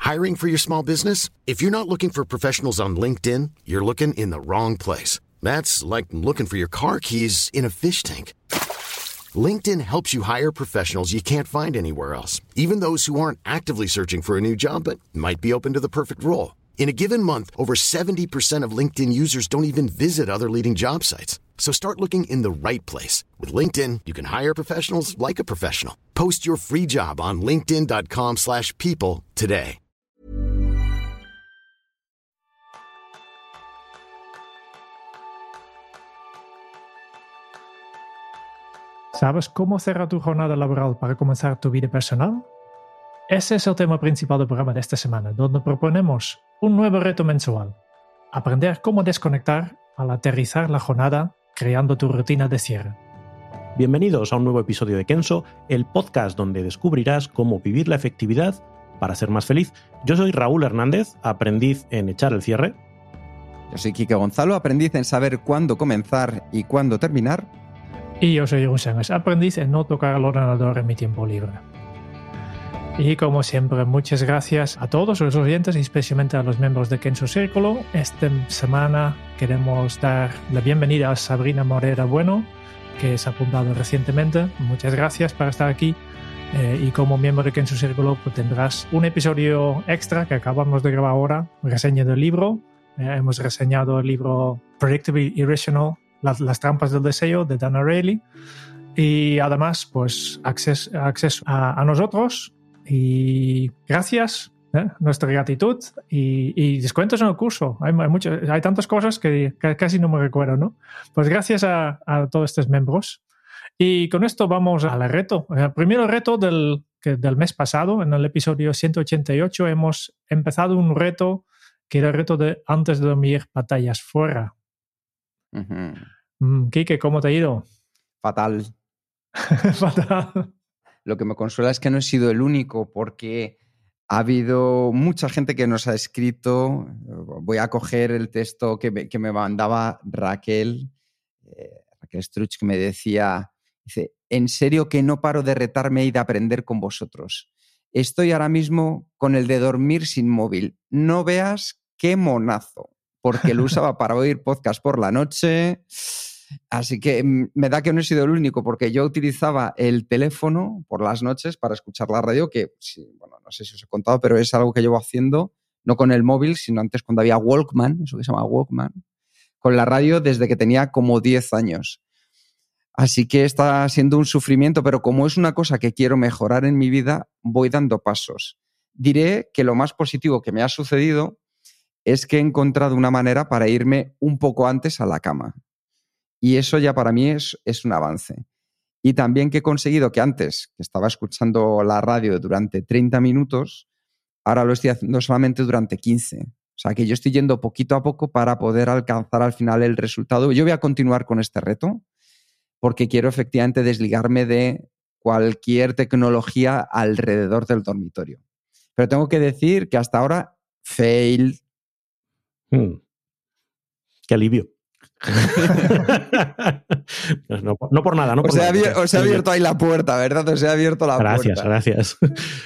Hiring for your small business? If you're not looking for professionals on LinkedIn, you're looking in the wrong place. That's like looking for your car keys in a fish tank. LinkedIn helps you hire professionals you can't find anywhere else, even those who aren't actively searching for a new job but might be open to the perfect role. In a given month, over 70% of LinkedIn users don't even visit other leading job sites. So start looking in the right place. With LinkedIn, you can hire professionals like a professional. Post your free job on linkedin.com/people today. ¿Sabes cómo cerrar tu jornada laboral para comenzar tu vida personal? Ese es el tema principal del programa de esta semana, donde proponemos un nuevo reto mensual. Aprender cómo desconectar al aterrizar la jornada, creando tu rutina de cierre. Bienvenidos a un nuevo episodio de Kenso, el podcast donde descubrirás cómo vivir la efectividad para ser más feliz. Yo soy Raúl Hernández, aprendiz en echar el cierre. Yo soy Quique Gonzalo, aprendiz en saber cuándo comenzar y cuándo terminar. Y yo soy Rusanes, aprendiz en no tocar el ordenador en mi tiempo libre. Y como siempre, muchas gracias a todos los oyentes y especialmente a los miembros de Kenso Círculo. Esta semana queremos dar la bienvenida a Sabrina Morera Bueno, que se ha apuntado recientemente. Muchas gracias por estar aquí. Y como miembro de Kenso Círculo pues tendrás un episodio extra que acabamos de grabar ahora, reseña del libro. Hemos reseñado el libro Predictably Irrational, Las trampas del deseo, de Dan Ariely. Y además, pues acceso a nosotros. Y gracias, nuestra gratitud y descuentos en el curso. Hay tantas cosas que casi no me recuerdo, ¿no? Pues gracias a todos estos miembros. Y con esto vamos al reto. Primero el reto del mes pasado, en el episodio 188, hemos empezado un reto que era el reto de antes de dormir, batallas fuera. Quique, ¿cómo te ha ido? Fatal. Fatal. Lo que me consuela es que no he sido el único, porque ha habido mucha gente que nos ha escrito. Voy a coger el texto que me mandaba Raquel Struch, que me decía, dice, en serio que no paro de retarme y de aprender con vosotros. Estoy ahora mismo con el de dormir sin móvil. No veas qué monazo, porque lo usaba para oír podcast por la noche. Así que me da que no he sido el único, porque yo utilizaba el teléfono por las noches para escuchar la radio, que sí, bueno, no sé si os he contado, pero es algo que llevo haciendo, no con el móvil, sino antes cuando había Walkman, eso que se llama Walkman, con la radio desde que tenía como 10 años. Así que está siendo un sufrimiento, pero como es una cosa que quiero mejorar en mi vida, voy dando pasos. Diré que lo más positivo que me ha sucedido es que he encontrado una manera para irme un poco antes a la cama. Y eso ya para mí es un avance. Y también que he conseguido que antes, que estaba escuchando la radio durante 30 minutos, ahora lo estoy haciendo solamente durante 15. O sea que yo estoy yendo poquito a poco para poder alcanzar al final el resultado. Yo voy a continuar con este reto porque quiero efectivamente desligarme de cualquier tecnología alrededor del dormitorio. Pero tengo que decir que hasta ahora, fail. Qué alivio. No por nada, no por nada. Os he abierto ahí la puerta, ¿verdad? Os he abierto la puerta. Gracias.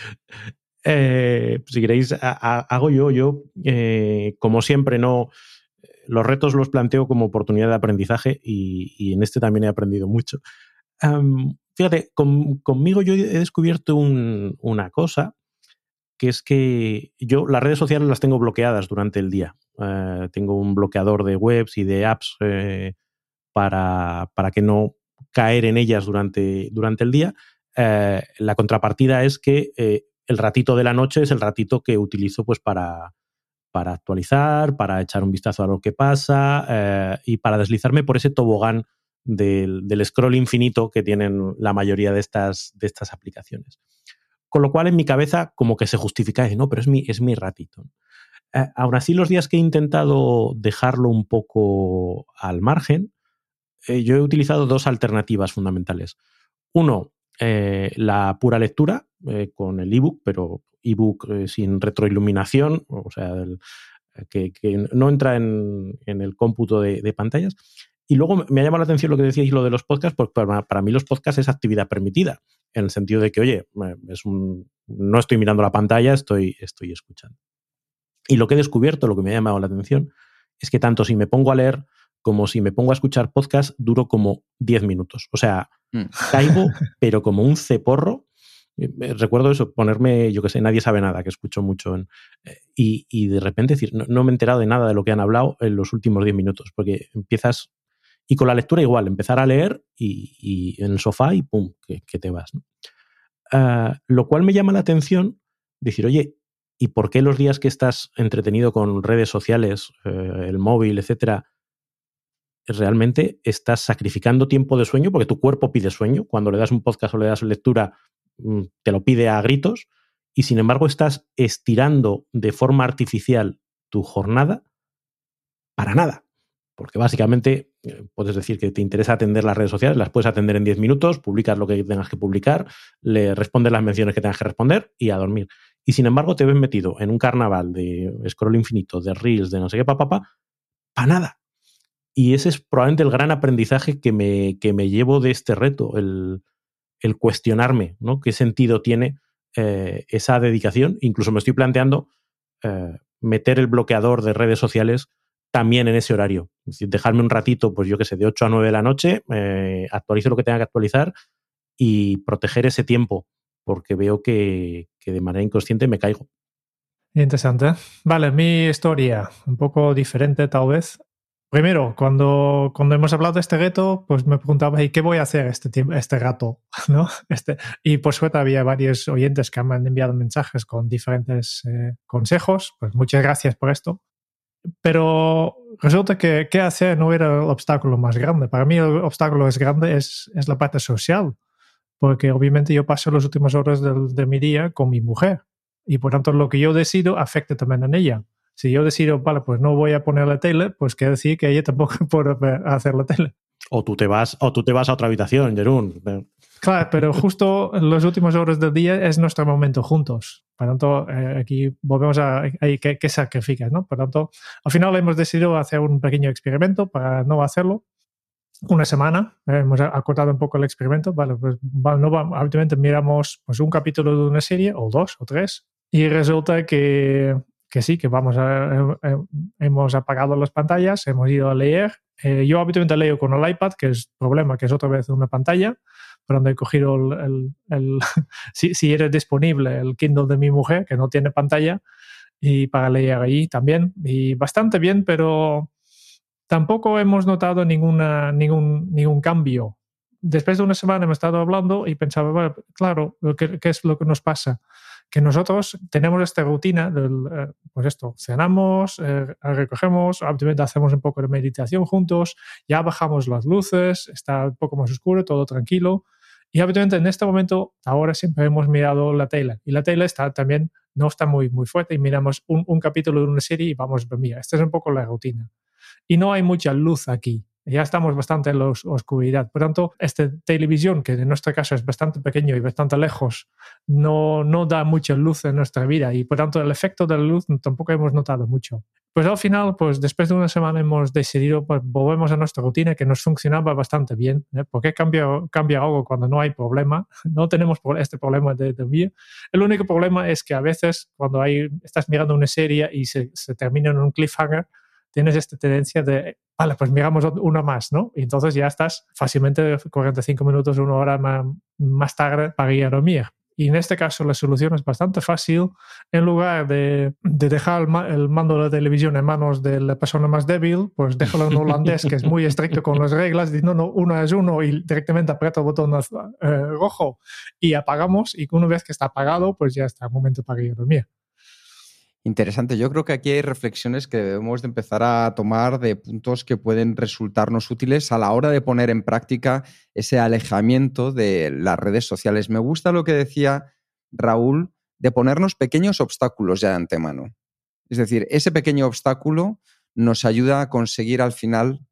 Si queréis, hago yo como siempre, los retos los planteo como oportunidad de aprendizaje y en este también he aprendido mucho. Fíjate, conmigo yo he descubierto una cosa, que es que yo las redes sociales las tengo bloqueadas durante el día. Tengo un bloqueador de webs y de apps para que no caer en ellas durante el día. La contrapartida es que el ratito de la noche es el ratito que utilizo pues para actualizar, para echar un vistazo a lo que pasa y para deslizarme por ese tobogán del scroll infinito que tienen la mayoría de estas aplicaciones. Con lo cual en mi cabeza como que se justifica, no, pero es mi ratito. Aún así, los días que he intentado dejarlo un poco al margen, yo he utilizado dos alternativas fundamentales. Uno, la pura lectura con el ebook, pero ebook sin retroiluminación, o sea, que no entra en el cómputo de pantallas. Y luego me ha llamado la atención lo que decíais, lo de los podcasts, porque para mí los podcasts es actividad permitida, en el sentido de que, oye, no estoy mirando la pantalla, estoy escuchando. Y lo que he descubierto, lo que me ha llamado la atención, es que tanto si me pongo a leer como si me pongo a escuchar podcast, duro como 10 minutos. O sea, caigo, pero como un ceporro. Recuerdo eso, ponerme, yo qué sé, Nadie sabe nada, que escucho mucho. Y de repente decir, no me he enterado de nada de lo que han hablado en los últimos 10 minutos, porque empiezas... Y con la lectura igual, empezar a leer y en el sofá y pum, que te vas, ¿no? Lo cual me llama la atención decir, oye, ¿y por qué los días que estás entretenido con redes sociales, el móvil, etcétera, realmente estás sacrificando tiempo de sueño? Porque tu cuerpo pide sueño. Cuando le das un podcast o le das lectura, te lo pide a gritos. Y sin embargo estás estirando de forma artificial tu jornada para nada. Porque básicamente puedes decir que te interesa atender las redes sociales, las puedes atender en 10 minutos, publicas lo que tengas que publicar, le respondes las menciones que tengas que responder y a dormir. Y sin embargo te ves metido en un carnaval de scroll infinito, de reels, de no sé qué, para nada. Y ese es probablemente el gran aprendizaje que me llevo de este reto, el cuestionarme, ¿no? ¿Qué sentido tiene esa dedicación? Incluso me estoy planteando meter el bloqueador de redes sociales también en ese horario. Es decir, dejarme un ratito, pues yo qué sé, de 8 a 9 de la noche, actualizo lo que tenga que actualizar y proteger ese tiempo, porque veo que de manera inconsciente me caigo. Interesante. Vale, mi historia, un poco diferente tal vez. Primero, cuando hemos hablado de este reto, pues me preguntaba, ¿y qué voy a hacer este rato? ¿No? Y por suerte había varios oyentes que me han enviado mensajes con diferentes consejos. Pues muchas gracias por esto. Pero resulta que qué hacer no era el obstáculo más grande. Para mí el obstáculo más grande es la parte social, porque obviamente yo paso las últimas horas de mi día con mi mujer y por tanto lo que yo decido afecta también en ella. Si yo decido, vale, pues no voy a poner la tele, pues quiere decir que ella tampoco puede hacer la tele. O tú te vas a otra habitación, Jeroen. Claro, pero justo en las últimas horas del día es nuestro momento juntos. Por tanto, aquí volvemos a qué sacrificas, ¿no? Por tanto, al final hemos decidido hacer un pequeño experimento para no hacerlo. Una semana, hemos acortado un poco el experimento. Vale, pues habitualmente miramos pues, un capítulo de una serie, o 2 o 3, y resulta que sí, que hemos apagado las pantallas, hemos ido a leer. Yo habitualmente leo con el iPad, que es problema, que es otra vez una pantalla, por donde he cogido si eres disponible, el Kindle de mi mujer, que no tiene pantalla, y para leer ahí también. Y bastante bien, pero tampoco hemos notado ningún cambio. Después de una semana hemos estado hablando y pensaba, bueno, claro, ¿qué es lo que nos pasa? Que nosotros tenemos esta rutina pues esto, cenamos, recogemos, obviamente hacemos un poco de meditación juntos, ya bajamos las luces, está un poco más oscuro, todo tranquilo. Y obviamente en este momento, ahora siempre hemos mirado la tele. Y la tele no está muy, muy fuerte y miramos un capítulo de una serie y vamos a dormir. Esta es un poco la rutina. Y no hay mucha luz aquí. Ya estamos bastante en la oscuridad. Por tanto, esta televisión, que en nuestro caso es bastante pequeño y bastante lejos, no da mucha luz en nuestra vida y por tanto el efecto de la luz tampoco hemos notado mucho. Pues al final, pues después de una semana hemos decidido, pues volvemos a nuestra rutina que nos funcionaba bastante bien. ¿Por qué cambia algo cuando no hay problema? No tenemos este problema de dormir. El único problema es que a veces cuando estás mirando una serie y se termina en un cliffhanger, tienes esta tendencia de, vale, pues miramos una más, ¿no? Y entonces ya estás fácilmente 45 minutos, una hora más tarde para ir a dormir. Y en este caso la solución es bastante fácil. En lugar de dejar el mando de la televisión en manos de la persona más débil, pues déjalo en holandés, que es muy estricto con las reglas. Dice, no, uno es uno y directamente aprieta el botón rojo y apagamos. Y una vez que está apagado, pues ya está el momento para ir a dormir. Interesante. Yo creo que aquí hay reflexiones que debemos de empezar a tomar de puntos que pueden resultarnos útiles a la hora de poner en práctica ese alejamiento de las redes sociales. Me gusta lo que decía Raúl de ponernos pequeños obstáculos ya de antemano. Es decir, ese pequeño obstáculo nos ayuda a conseguir al final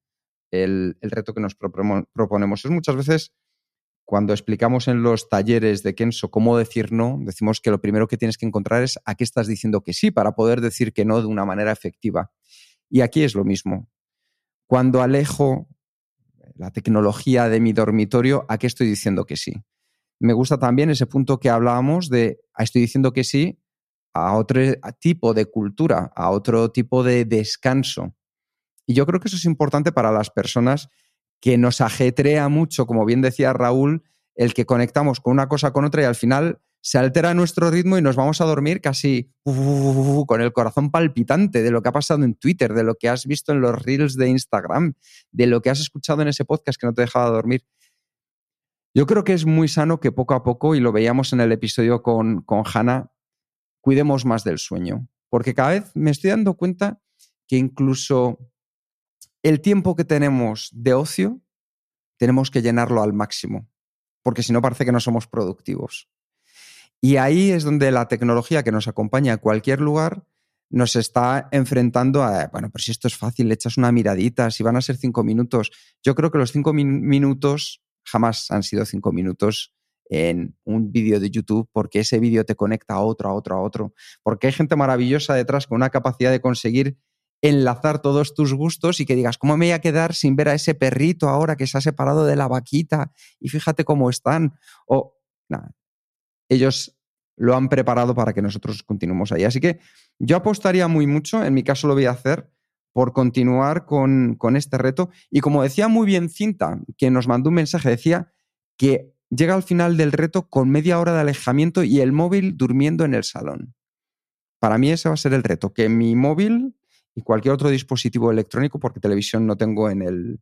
el reto que nos proponemos. Es muchas veces cuando explicamos en los talleres de Kenso cómo decir no, decimos que lo primero que tienes que encontrar es a qué estás diciendo que sí para poder decir que no de una manera efectiva. Y aquí es lo mismo. Cuando alejo la tecnología de mi dormitorio, ¿a qué estoy diciendo que sí? Me gusta también ese punto que hablábamos de estoy diciendo que sí a otro tipo de cultura, a otro tipo de descanso. Y yo creo que eso es importante para las personas que nos ajetrea mucho, como bien decía Raúl, el que conectamos con una cosa con otra y al final se altera nuestro ritmo y nos vamos a dormir casi con el corazón palpitante de lo que ha pasado en Twitter, de lo que has visto en los reels de Instagram, de lo que has escuchado en ese podcast que no te dejaba dormir. Yo creo que es muy sano que poco a poco, y lo veíamos en el episodio con Hannah, cuidemos más del sueño. Porque cada vez me estoy dando cuenta que incluso el tiempo que tenemos de ocio tenemos que llenarlo al máximo, porque si no parece que no somos productivos. Y ahí es donde la tecnología que nos acompaña a cualquier lugar nos está enfrentando a, bueno, pero si esto es fácil, le echas una miradita, si van a ser 5 minutos. Yo creo que los 5 minutos jamás han sido 5 minutos en un vídeo de YouTube, porque ese vídeo te conecta a otro, porque hay gente maravillosa detrás con una capacidad de conseguir enlazar todos tus gustos y que digas, ¿cómo me voy a quedar sin ver a ese perrito ahora que se ha separado de la vaquita? Y fíjate cómo están. O, nada, ellos lo han preparado para que nosotros continuemos ahí. Así que yo apostaría muy mucho, en mi caso lo voy a hacer, por continuar con este reto. Y como decía muy bien Cinta, que nos mandó un mensaje, decía que llega al final del reto con media hora de alejamiento y el móvil durmiendo en el salón. Para mí ese va a ser el reto, que mi móvil y cualquier otro dispositivo electrónico, porque televisión no tengo en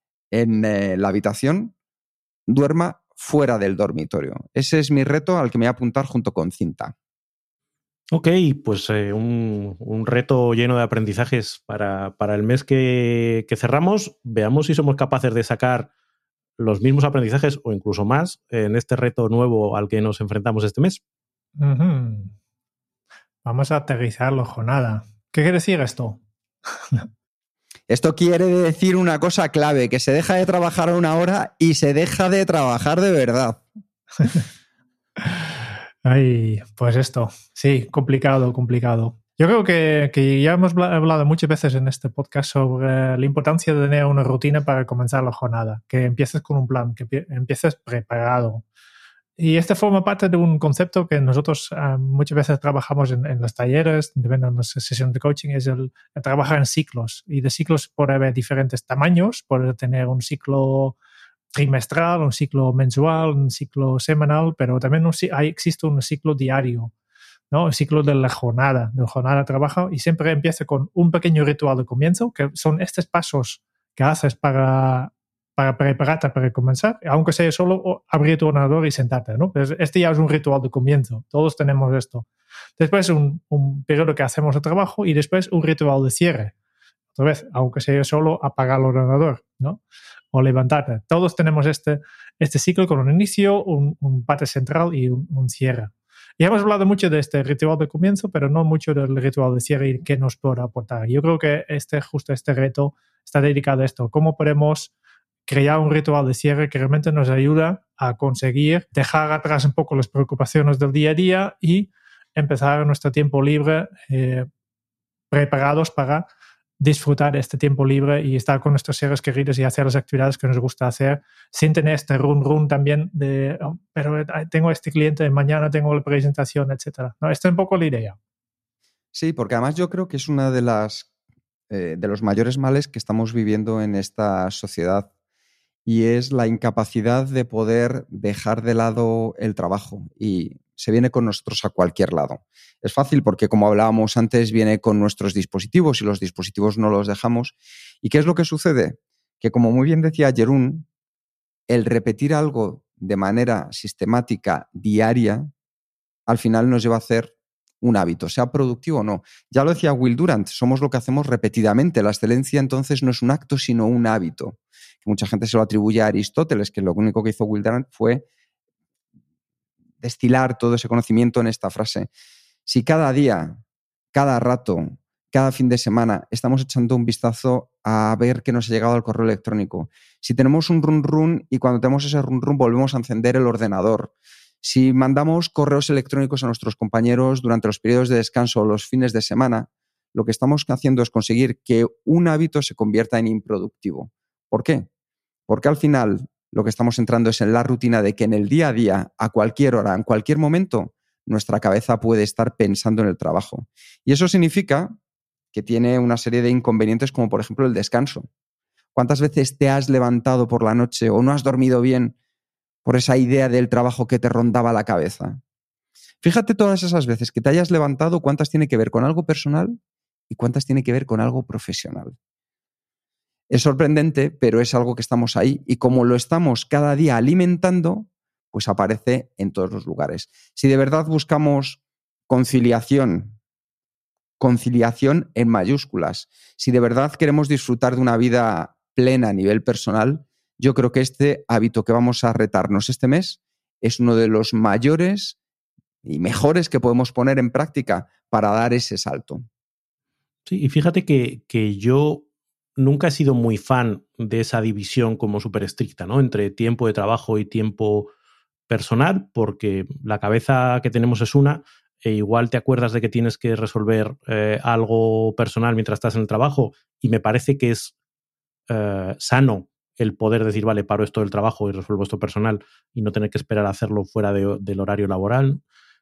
la habitación, duerma fuera del dormitorio. Ese es mi reto al que me voy a apuntar junto con Cinta. Ok, pues un reto lleno de aprendizajes para el mes que cerramos. Veamos si somos capaces de sacar los mismos aprendizajes o incluso más en este reto nuevo al que nos enfrentamos este mes. Uh-huh. Vamos a aterrizarlo, jornada. ¿Qué quiere decir esto? Esto quiere decir una cosa clave, que se deja de trabajar a una hora y se deja de trabajar de verdad. Ay, pues esto, sí, complicado. Yo creo que ya hemos hablado muchas veces en este podcast sobre la importancia de tener una rutina para comenzar la jornada, que empieces con un plan, que empieces preparado. Y este forma parte de un concepto que nosotros muchas veces trabajamos en los talleres, en las sesiones de coaching, es el trabajar en ciclos. Y de ciclos puede haber diferentes tamaños, puede tener un ciclo trimestral, un ciclo mensual, un ciclo semanal, pero también existe un ciclo diario, ¿no? El ciclo de la jornada de trabajo, y siempre empieza con un pequeño ritual de comienzo, que son estos pasos que haces para prepararte para comenzar, aunque sea solo abrir tu ordenador y sentarte, ¿no? Pues este ya es un ritual de comienzo, todos tenemos esto. Después un periodo que hacemos de trabajo y después un ritual de cierre. Otra vez, aunque sea solo apagar el ordenador, ¿no? O levantarte. Todos tenemos este ciclo con un inicio, un parte central y un cierre. Y hemos hablado mucho de este ritual de comienzo, pero no mucho del ritual de cierre y qué nos puede aportar. Yo creo que justo este reto está dedicado a esto. ¿Cómo podemos crear un ritual de cierre que realmente nos ayuda a conseguir dejar atrás un poco las preocupaciones del día a día y empezar nuestro tiempo libre preparados para disfrutar este tiempo libre y estar con nuestros seres queridos y hacer las actividades que nos gusta hacer sin tener este run también de pero tengo este cliente, mañana tengo la presentación, etcétera. No, esta es un poco la idea. Sí, porque además yo creo que es una de los mayores males que estamos viviendo en esta sociedad, y es la incapacidad de poder dejar de lado el trabajo, y se viene con nosotros a cualquier lado. Es fácil porque, como hablábamos antes, viene con nuestros dispositivos y los dispositivos no los dejamos. ¿Y qué es lo que sucede? Que, como muy bien decía Jeroen, el repetir algo de manera sistemática, diaria, al final nos lleva a hacer un hábito, sea productivo o no. Ya lo decía Will Durant, somos lo que hacemos repetidamente. La excelencia entonces no es un acto, sino un hábito. Mucha gente se lo atribuye a Aristóteles, que lo único que hizo Will Durant fue destilar todo ese conocimiento en esta frase. Si cada día, cada rato, cada fin de semana estamos echando un vistazo a ver qué nos ha llegado al correo electrónico, si tenemos un run y cuando tenemos ese run volvemos a encender el ordenador, si mandamos correos electrónicos a nuestros compañeros durante los periodos de descanso o los fines de semana, lo que estamos haciendo es conseguir que un hábito se convierta en improductivo. ¿Por qué? Porque al final lo que estamos entrando es en la rutina de que en el día a día, a cualquier hora, en cualquier momento, nuestra cabeza puede estar pensando en el trabajo. Y eso significa que tiene una serie de inconvenientes como por ejemplo el descanso. ¿Cuántas veces te has levantado por la noche o no has dormido bien por esa idea del trabajo que te rondaba la cabeza? Fíjate todas esas veces que te hayas levantado, cuántas tiene que ver con algo personal y cuántas tiene que ver con algo profesional. Es sorprendente, pero es algo que estamos ahí y como lo estamos cada día alimentando, pues aparece en todos los lugares. Si de verdad buscamos conciliación en mayúsculas, si de verdad queremos disfrutar de una vida plena a nivel personal, yo creo que este hábito que vamos a retarnos este mes es uno de los mayores y mejores que podemos poner en práctica para dar ese salto. Sí, y fíjate que yo nunca he sido muy fan de esa división como súper estricta, ¿no? Entre tiempo de trabajo y tiempo personal, porque la cabeza que tenemos es una, e igual te acuerdas de que tienes que resolver algo personal mientras estás en el trabajo, y me parece que es sano el poder decir, vale, paro esto del trabajo y resuelvo esto personal y no tener que esperar a hacerlo fuera del horario laboral.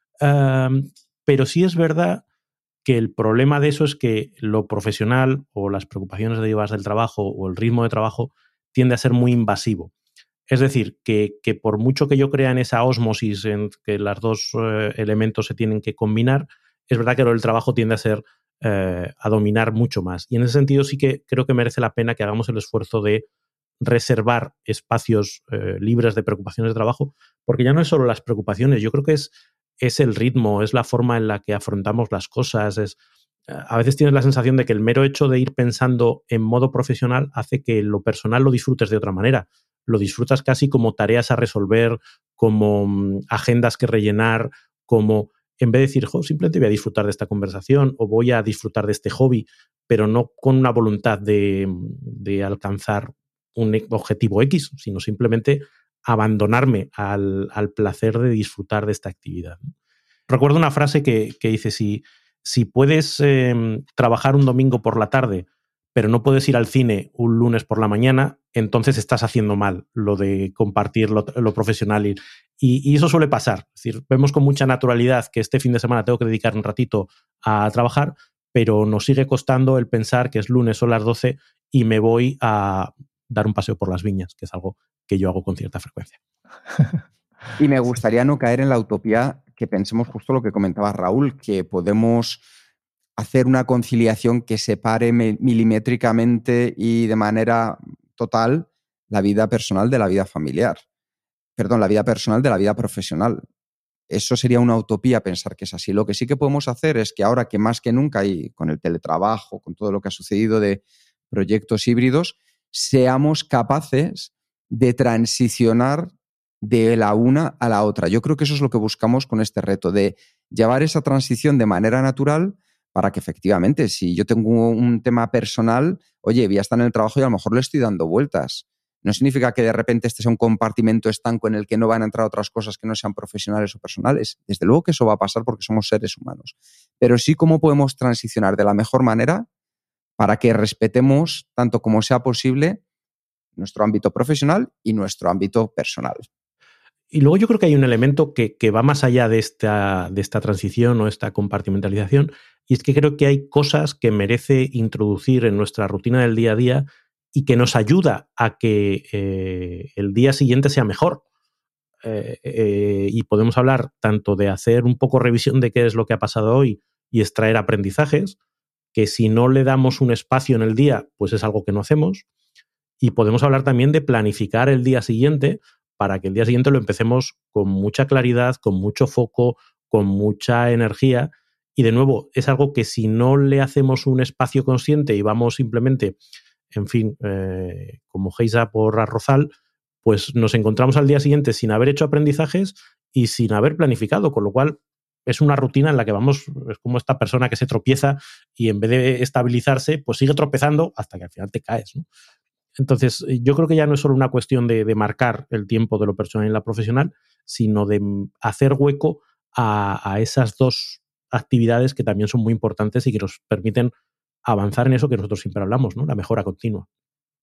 Pero sí es verdad que el problema de eso es que lo profesional o las preocupaciones derivadas del trabajo o el ritmo de trabajo tiende a ser muy invasivo. Es decir, que por mucho que yo crea en esa ósmosis en que los dos elementos se tienen que combinar, es verdad que el trabajo tiende a ser a dominar mucho más. Y en ese sentido sí que creo que merece la pena que hagamos el esfuerzo de reservar espacios libres de preocupaciones de trabajo, porque ya no es solo las preocupaciones, yo creo que es el ritmo, es la forma en la que afrontamos las cosas. A veces tienes la sensación de que el mero hecho de ir pensando en modo profesional hace que lo personal lo disfrutes de otra manera. Lo disfrutas casi como tareas a resolver, como agendas que rellenar, como en vez de decir, simplemente voy a disfrutar de esta conversación o voy a disfrutar de este hobby, pero no con una voluntad de alcanzar un objetivo X, sino simplemente abandonarme al placer de disfrutar de esta actividad. Recuerdo una frase que dice, si puedes trabajar un domingo por la tarde, pero no puedes ir al cine un lunes por la mañana, entonces estás haciendo mal lo de compartir lo profesional. Y eso suele pasar. Es decir, vemos con mucha naturalidad que este fin de semana tengo que dedicar un ratito a trabajar, pero nos sigue costando el pensar que es lunes, son las 12 y me voy a dar un paseo por las viñas, que es algo que yo hago con cierta frecuencia. Y me gustaría no caer en la utopía que pensemos justo lo que comentaba Raúl, que podemos hacer una conciliación que separe milimétricamente y de manera total la vida personal de la vida familiar. Perdón, la vida personal de la vida profesional. Eso sería una utopía pensar que es así. Lo que sí que podemos hacer es que ahora que más que nunca y con el teletrabajo, con todo lo que ha sucedido de proyectos híbridos, seamos capaces de transicionar de la una a la otra. Yo creo que eso es lo que buscamos con este reto, de llevar esa transición de manera natural para que efectivamente, si yo tengo un tema personal, oye, voy a estar en el trabajo y a lo mejor le estoy dando vueltas. No significa que de repente este sea un compartimento estanco en el que no van a entrar otras cosas que no sean profesionales o personales. Desde luego que eso va a pasar porque somos seres humanos. Pero sí cómo podemos transicionar de la mejor manera para que respetemos, tanto como sea posible, nuestro ámbito profesional y nuestro ámbito personal. Y luego yo creo que hay un elemento que va más allá de esta transición o esta compartimentalización, y es que creo que hay cosas que merece introducir en nuestra rutina del día a día y que nos ayuda a que el día siguiente sea mejor. Y podemos hablar tanto de hacer un poco revisión de qué es lo que ha pasado hoy y extraer aprendizajes, que si no le damos un espacio en el día, pues es algo que no hacemos. Y podemos hablar también de planificar el día siguiente para que el día siguiente lo empecemos con mucha claridad, con mucho foco, con mucha energía. Y de nuevo, es algo que si no le hacemos un espacio consciente y vamos simplemente, en fin, como Geisa por Arrozal, pues nos encontramos al día siguiente sin haber hecho aprendizajes y sin haber planificado, con lo cual es una rutina en la que vamos, es como esta persona que se tropieza y en vez de estabilizarse, pues sigue tropezando hasta que al final te caes, ¿no? Entonces, yo creo que ya no es solo una cuestión de marcar el tiempo de lo personal y la profesional, sino de hacer hueco a esas dos actividades que también son muy importantes y que nos permiten avanzar en eso que nosotros siempre hablamos, ¿no? La mejora continua.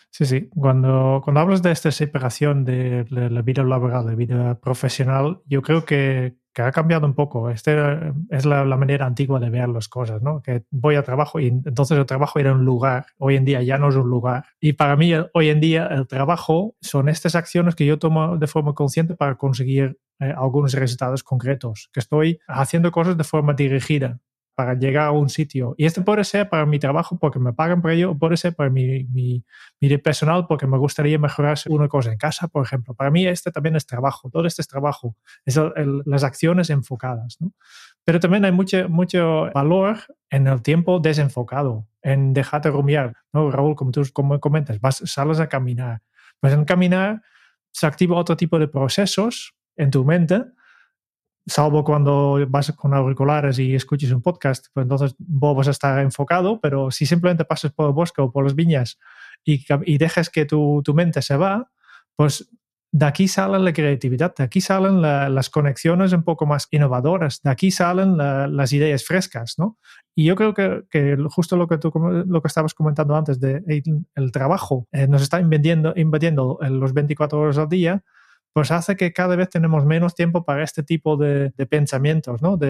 Sí, sí. Cuando hablas de esta separación de la vida laboral, de la vida profesional, yo creo que ha cambiado un poco. Esta es la manera antigua de ver las cosas, ¿no? Que voy a trabajo y entonces el trabajo era un lugar. Hoy en día ya no es un lugar. Y para mí, hoy en día, el trabajo son estas acciones que yo tomo de forma consciente para conseguir algunos resultados concretos. Que estoy haciendo cosas de forma dirigida para llegar a un sitio. Y esto puede ser para mi trabajo porque me pagan por ello, o puede ser para mi personal porque me gustaría mejorar una cosa en casa, por ejemplo. Para mí este también es trabajo, todo este es trabajo, es las acciones enfocadas, ¿no? Pero también hay mucho valor en el tiempo desenfocado, en dejarte rumiar, ¿no? Raúl, como tú comentas, sales a caminar. Pues en caminar se activa otro tipo de procesos en tu mente, salvo cuando vas con auriculares y escuches un podcast, pues entonces vos vas a estar enfocado, pero si simplemente pasas por el bosque o por las viñas y dejas que tu mente se va, pues de aquí sale la creatividad, de aquí salen las conexiones un poco más innovadoras, de aquí salen las ideas frescas, ¿no? Y yo creo que justo lo que estabas comentando antes de el trabajo nos está invadiendo los 24 horas al día, pues hace que cada vez tenemos menos tiempo para este tipo de pensamientos, ¿no?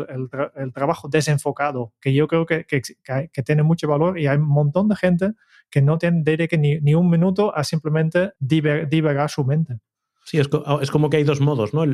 El trabajo desenfocado, que yo creo que tiene mucho valor, y hay un montón de gente que no tiene dedica ni un minuto a simplemente divagar su mente. Sí, es como que hay dos modos, ¿no?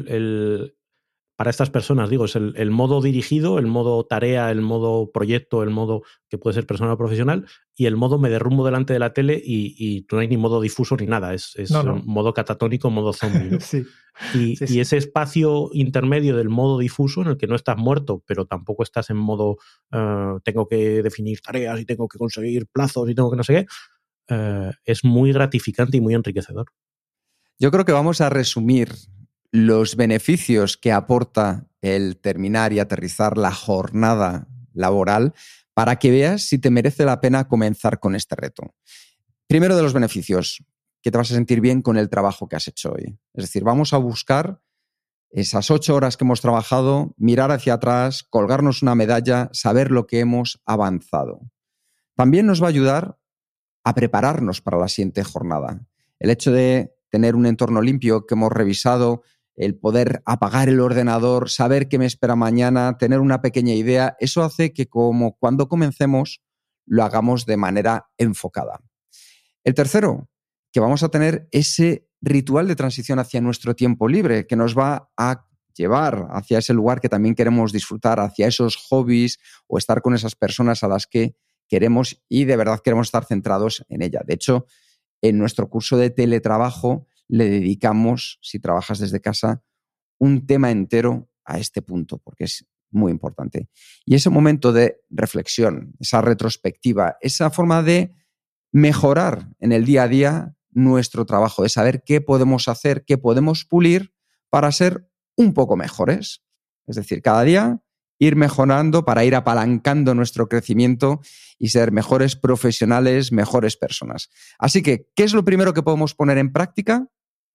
Para estas personas, digo, es el modo dirigido, el modo tarea, el modo proyecto, el modo que puede ser personal o profesional, y el modo me derrumbo delante de la tele y no hay ni modo difuso ni nada, es no. Modo catatónico, modo zombie, ¿no? Sí. Y Sí. Ese espacio intermedio del modo difuso, en el que no estás muerto, pero tampoco estás en modo tengo que definir tareas y tengo que conseguir plazos y tengo que no sé qué, es muy gratificante y muy enriquecedor. Yo creo que vamos a resumir los beneficios que aporta el terminar y aterrizar la jornada laboral para que veas si te merece la pena comenzar con este reto. Primero de los beneficios, que te vas a sentir bien con el trabajo que has hecho hoy. Es decir, vamos a buscar esas 8 horas que hemos trabajado, mirar hacia atrás, colgarnos una medalla, saber lo que hemos avanzado. También nos va a ayudar a prepararnos para la siguiente jornada. El hecho de tener un entorno limpio que hemos revisado, el poder apagar el ordenador, saber qué me espera mañana, tener una pequeña idea, eso hace que como cuando comencemos lo hagamos de manera enfocada. El tercero, que vamos a tener ese ritual de transición hacia nuestro tiempo libre que nos va a llevar hacia ese lugar que también queremos disfrutar, hacia esos hobbies o estar con esas personas a las que queremos y de verdad queremos estar centrados en ella. De hecho, en nuestro curso de teletrabajo le dedicamos, si trabajas desde casa, un tema entero a este punto, porque es muy importante. Y ese momento de reflexión, esa retrospectiva, esa forma de mejorar en el día a día nuestro trabajo, de saber qué podemos hacer, qué podemos pulir para ser un poco mejores. Es decir, cada día ir mejorando para ir apalancando nuestro crecimiento y ser mejores profesionales, mejores personas. Así que, ¿qué es lo primero que podemos poner en práctica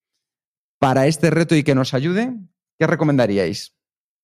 para este reto y que nos ayude? ¿Qué recomendaríais?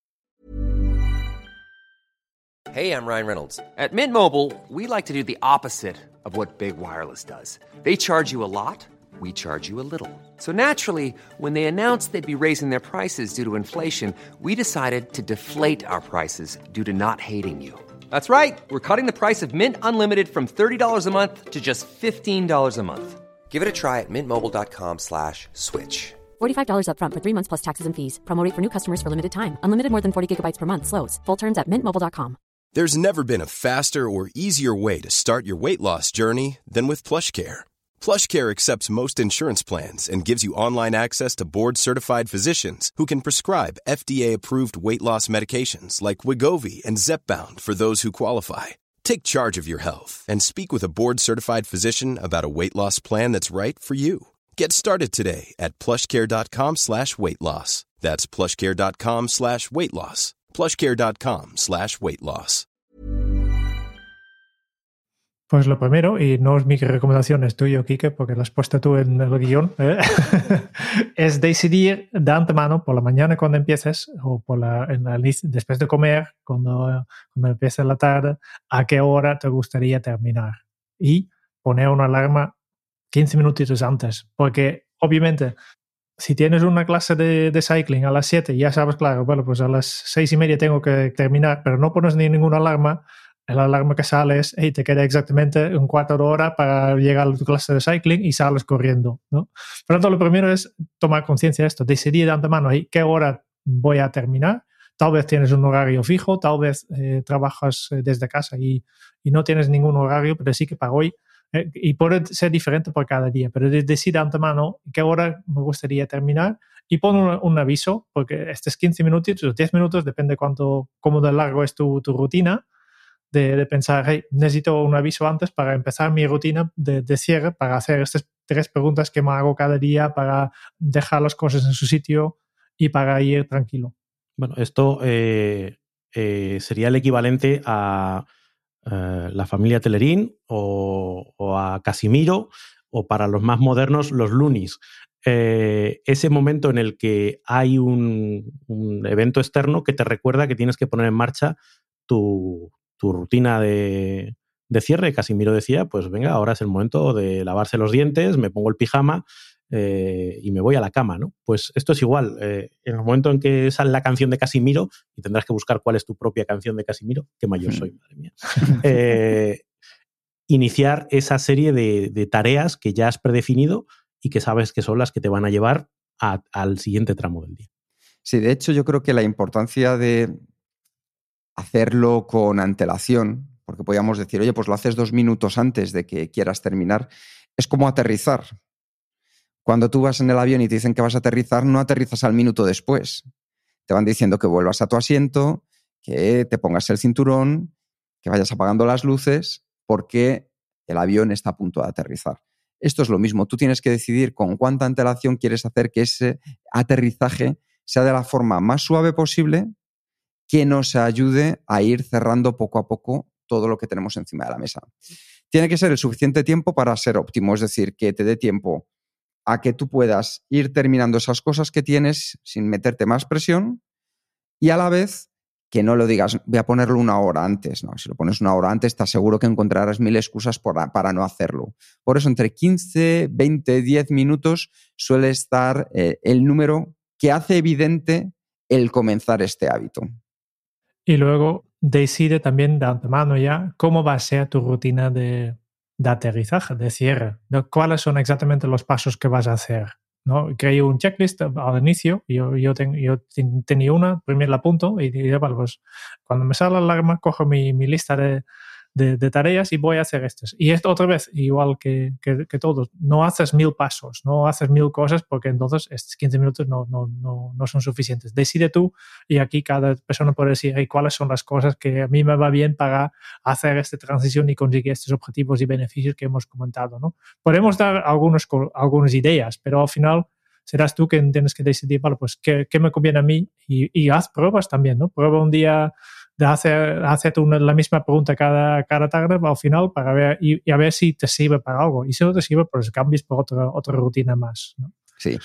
Hey, I'm Ryan Reynolds. At Mint Mobile, we like to do the opposite of what Big Wireless does. They charge you a lot, we charge you a little. So naturally, when they announced they'd be raising their prices due to inflation, we decided to deflate our prices due to not hating you. That's right. We're cutting the price of Mint Unlimited from $30 a month to just $15 a month. Give it a try at mintmobile.com/switch. $45 up front for 3 months plus taxes and fees. Promo rate for new customers for limited time. Unlimited more than 40 gigabytes per month. Slows full terms at mintmobile.com. There's never been a faster or easier way to start your weight loss journey than with PlushCare. PlushCare accepts most insurance plans and gives you online access to board-certified physicians who can prescribe FDA-approved weight loss medications like Wegovy and Zepbound for those who qualify. Take charge of your health and speak with a board-certified physician about a weight loss plan that's right for you. Get started today at plushcare.com/weight loss. That's plushcare.com/weight loss. plushcare.com/weight loss. Pues lo primero, y no es mi recomendación, es tuyo, Quique, porque lo has puesto tú en el guión, es decidir de antemano por la mañana cuando empieces o después de comer, cuando empiece la tarde, a qué hora te gustaría terminar. Y poner una alarma 15 minutitos antes, porque obviamente si tienes una clase de cycling a las 7 y ya sabes, claro, bueno, pues a las 6:30 tengo que terminar, pero no pones ni ninguna alarma, el alarma que sale es, hey, te queda exactamente un cuarto de hora para llegar a tu clase de cycling y sales corriendo, ¿no? Por lo tanto, lo primero es tomar conciencia de esto, decidir de antemano qué hora voy a terminar. Tal vez tienes un horario fijo, tal vez trabajas desde casa y no tienes ningún horario, pero sí que para hoy, y puede ser diferente por cada día, pero decide de antemano qué hora me gustaría terminar y pon un aviso, porque estos 15 minutos o 10 minutos, depende cómo de largo es tu rutina, de pensar, hey, necesito un aviso antes para empezar mi rutina de cierre, para hacer estas 3 preguntas que me hago cada día, para dejar las cosas en su sitio y para ir tranquilo. Bueno, esto sería el equivalente a la familia Telerín o a Casimiro, o para los más modernos, los Loonies. Ese momento en el que hay un evento externo que te recuerda que tienes que poner en marcha tu rutina de cierre. Casimiro decía, pues venga, ahora es el momento de lavarse los dientes, me pongo el pijama y me voy a la cama, ¿no? Pues esto es igual. En el momento en que sale la canción de Casimiro, y tendrás que buscar cuál es tu propia canción de Casimiro, qué mayor soy, madre mía, iniciar esa serie de tareas que ya has predefinido y que sabes que son las que te van a llevar al siguiente tramo del día. Sí, de hecho yo creo que la importancia de hacerlo con antelación, porque podríamos decir, oye, pues lo haces 2 minutos antes de que quieras terminar, es como aterrizar. Cuando tú vas en el avión y te dicen que vas a aterrizar, no aterrizas al minuto después. Te van diciendo que vuelvas a tu asiento, que te pongas el cinturón, que vayas apagando las luces, porque el avión está a punto de aterrizar. Esto es lo mismo. Tú tienes que decidir con cuánta antelación quieres hacer que ese aterrizaje sea de la forma más suave posible, que nos ayude a ir cerrando poco a poco todo lo que tenemos encima de la mesa. Tiene que ser el suficiente tiempo para ser óptimo, es decir, que te dé tiempo a que tú puedas ir terminando esas cosas que tienes sin meterte más presión, y a la vez que no lo digas, voy a ponerlo 1 hora antes. No, si lo pones 1 hora antes, estás seguro que encontrarás 1000 excusas para no hacerlo. Por eso, entre 15, 20, 10 minutos suele estar el número que hace evidente el comenzar este hábito. Y luego decide también de antemano ya cómo va a ser tu rutina de aterrizaje, de cierre, ¿no? Cuáles son exactamente los pasos que vas a hacer, ¿no? Creé un checklist al inicio, yo tenía una, primero la apunto y digo, vale, pues cuando me sale la alarma cojo mi lista de tareas y voy a hacer estas. Y esto otra vez, igual que todos, no haces 1000 pasos, no haces 1000 cosas, porque entonces estos 15 minutos no son suficientes. Decide tú, y aquí cada persona puede decir, hey, cuáles son las cosas que a mí me va bien para hacer esta transición y conseguir estos objetivos y beneficios que hemos comentado, ¿no? Podemos dar algunas ideas, pero al final serás tú quien tienes que decidir, vale, pues qué me conviene a mí, y haz pruebas también, ¿no? Prueba un día de hacerte la misma pregunta cada tarde al final para ver y a ver si te sirve para algo. Y si no te sirve, pues cambies por otra rutina más, ¿no? Sí.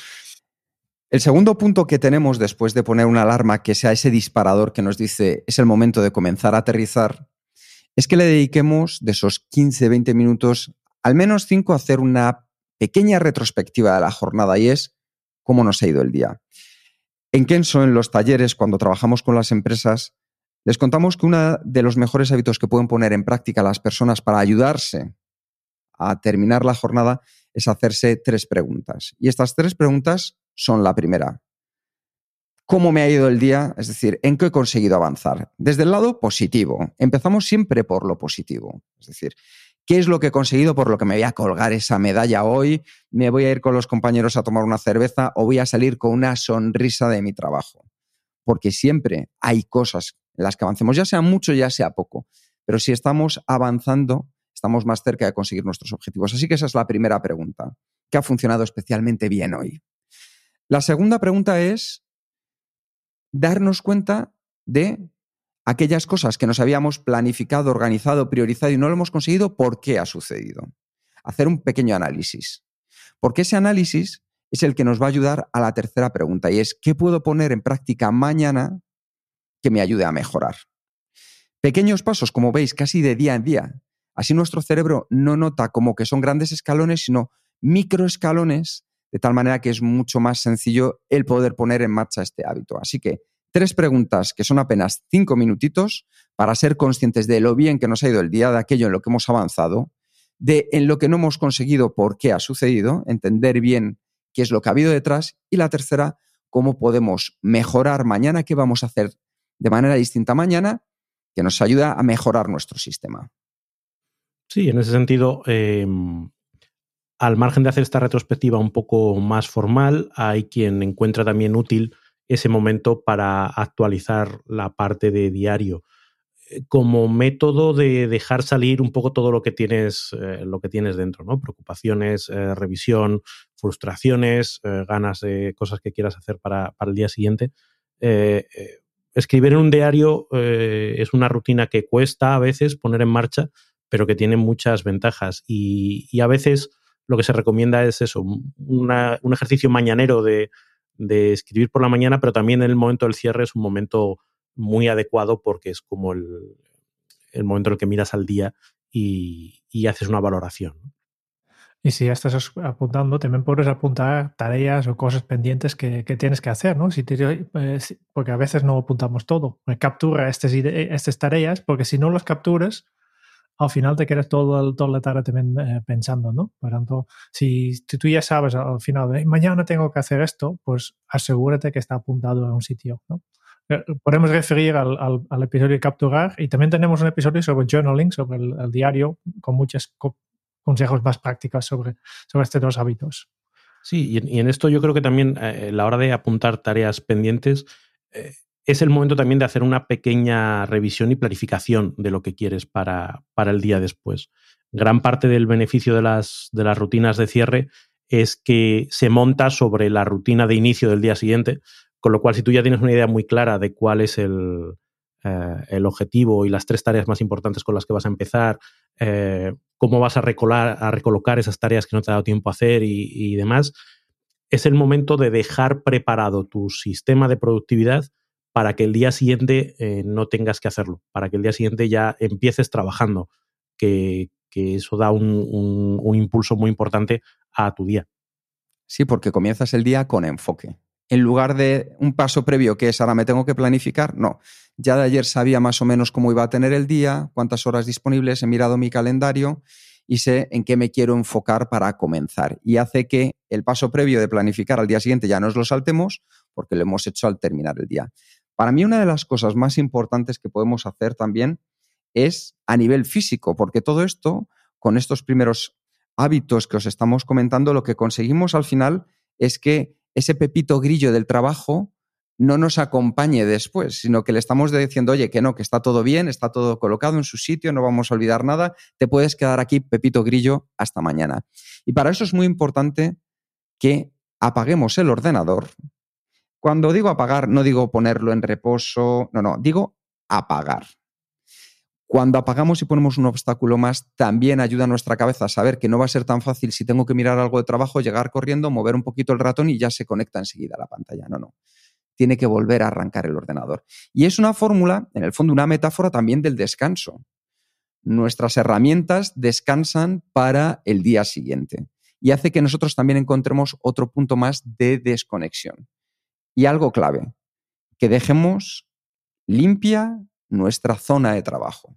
El segundo punto que tenemos después de poner una alarma que sea ese disparador que nos dice es el momento de comenzar a aterrizar, es que le dediquemos de esos 15, 20 minutos, al menos 5, a hacer una pequeña retrospectiva de la jornada, y es cómo nos ha ido el día. En Kenso, en los talleres, cuando trabajamos con las empresas, les contamos que uno de los mejores hábitos que pueden poner en práctica las personas para ayudarse a terminar la jornada es hacerse 3 preguntas. Y estas 3 preguntas son: la primera, ¿cómo me ha ido el día? Es decir, ¿en qué he conseguido avanzar? Desde el lado positivo. Empezamos siempre por lo positivo. Es decir, ¿qué es lo que he conseguido por lo que me voy a colgar esa medalla hoy? ¿Me voy a ir con los compañeros a tomar una cerveza o voy a salir con una sonrisa de mi trabajo? Porque siempre hay cosas en las que avancemos, ya sea mucho, ya sea poco. Pero si estamos avanzando, estamos más cerca de conseguir nuestros objetivos. Así que esa es la primera pregunta, que ha funcionado especialmente bien hoy. La segunda pregunta es darnos cuenta de aquellas cosas que nos habíamos planificado, organizado, priorizado y no lo hemos conseguido, ¿por qué ha sucedido? Hacer un pequeño análisis. Porque ese análisis es el que nos va a ayudar a la tercera pregunta, y es: ¿qué puedo poner en práctica mañana que me ayude a mejorar? Pequeños pasos, como veis, casi de día en día. Así nuestro cerebro no nota como que son grandes escalones, sino microescalones, de tal manera que es mucho más sencillo el poder poner en marcha este hábito. Así que 3 preguntas que son apenas 5 minutitos para ser conscientes de lo bien que nos ha ido el día, de aquello en lo que hemos avanzado, de en lo que no hemos conseguido, por qué ha sucedido, entender bien qué es lo que ha habido detrás, y la tercera, cómo podemos mejorar mañana, qué vamos a hacer de manera distinta mañana, que nos ayuda a mejorar nuestro sistema. Sí, en ese sentido, al margen de hacer esta retrospectiva un poco más formal, hay quien encuentra también útil ese momento para actualizar la parte de diario, como método de dejar salir un poco todo lo que tienes dentro, ¿no? Preocupaciones, revisión, frustraciones, ganas de cosas que quieras hacer para el día siguiente. Escribir en un diario es una rutina que cuesta a veces poner en marcha, pero que tiene muchas ventajas. Y a veces lo que se recomienda es eso, un ejercicio mañanero de escribir por la mañana, pero también en el momento del cierre es un momento muy adecuado porque es como el momento en el que miras al día y haces una valoración. Y si ya estás apuntando, también puedes apuntar tareas o cosas pendientes que tienes que hacer, ¿no? Porque a veces no apuntamos todo. Captura estas tareas, porque si no las capturas, al final te quedas toda la tarde también pensando, ¿no? Por tanto, si tú ya sabes al final, mañana tengo que hacer esto, pues asegúrate que está apuntado a un sitio, ¿no? Podemos referir al episodio de capturar, y también tenemos un episodio sobre journaling, sobre el diario, con muchos consejos más prácticos sobre estos 2 hábitos. Sí, y en esto yo creo que también la hora de apuntar tareas pendientes es el momento también de hacer una pequeña revisión y planificación de lo que quieres para el día después. Gran parte del beneficio de las rutinas de cierre es que se monta sobre la rutina de inicio del día siguiente, con lo cual si tú ya tienes una idea muy clara de cuál es el objetivo y las 3 tareas más importantes con las que vas a empezar, cómo vas a recolocar esas tareas que no te ha dado tiempo a hacer y demás, es el momento de dejar preparado tu sistema de productividad para que el día siguiente no tengas que hacerlo, para que el día siguiente ya empieces trabajando, que eso da un impulso muy importante a tu día. Sí, porque comienzas el día con enfoque. En lugar de un paso previo que es ahora me tengo que planificar, no. Ya de ayer sabía más o menos cómo iba a tener el día, cuántas horas disponibles, he mirado mi calendario y sé en qué me quiero enfocar para comenzar. Y hace que el paso previo de planificar al día siguiente ya nos lo saltemos porque lo hemos hecho al terminar el día. Para mí una de las cosas más importantes que podemos hacer también es a nivel físico, porque todo esto, con estos primeros hábitos que os estamos comentando, lo que conseguimos al final es que ese pepito grillo del trabajo no nos acompañe después, sino que le estamos diciendo, oye, que no, que está todo bien, está todo colocado en su sitio, no vamos a olvidar nada, te puedes quedar aquí, pepito grillo, hasta mañana. Y para eso es muy importante que apaguemos el ordenador. Cuando digo apagar, no digo ponerlo en reposo, no, digo apagar. Cuando apagamos y ponemos un obstáculo más, también ayuda a nuestra cabeza a saber que no va a ser tan fácil si tengo que mirar algo de trabajo, llegar corriendo, mover un poquito el ratón y ya se conecta enseguida a la pantalla. No. Tiene que volver a arrancar el ordenador. Y es una fórmula, en el fondo una metáfora también del descanso. Nuestras herramientas descansan para el día siguiente y hace que nosotros también encontremos otro punto más de desconexión. Y algo clave, que dejemos limpia nuestra zona de trabajo.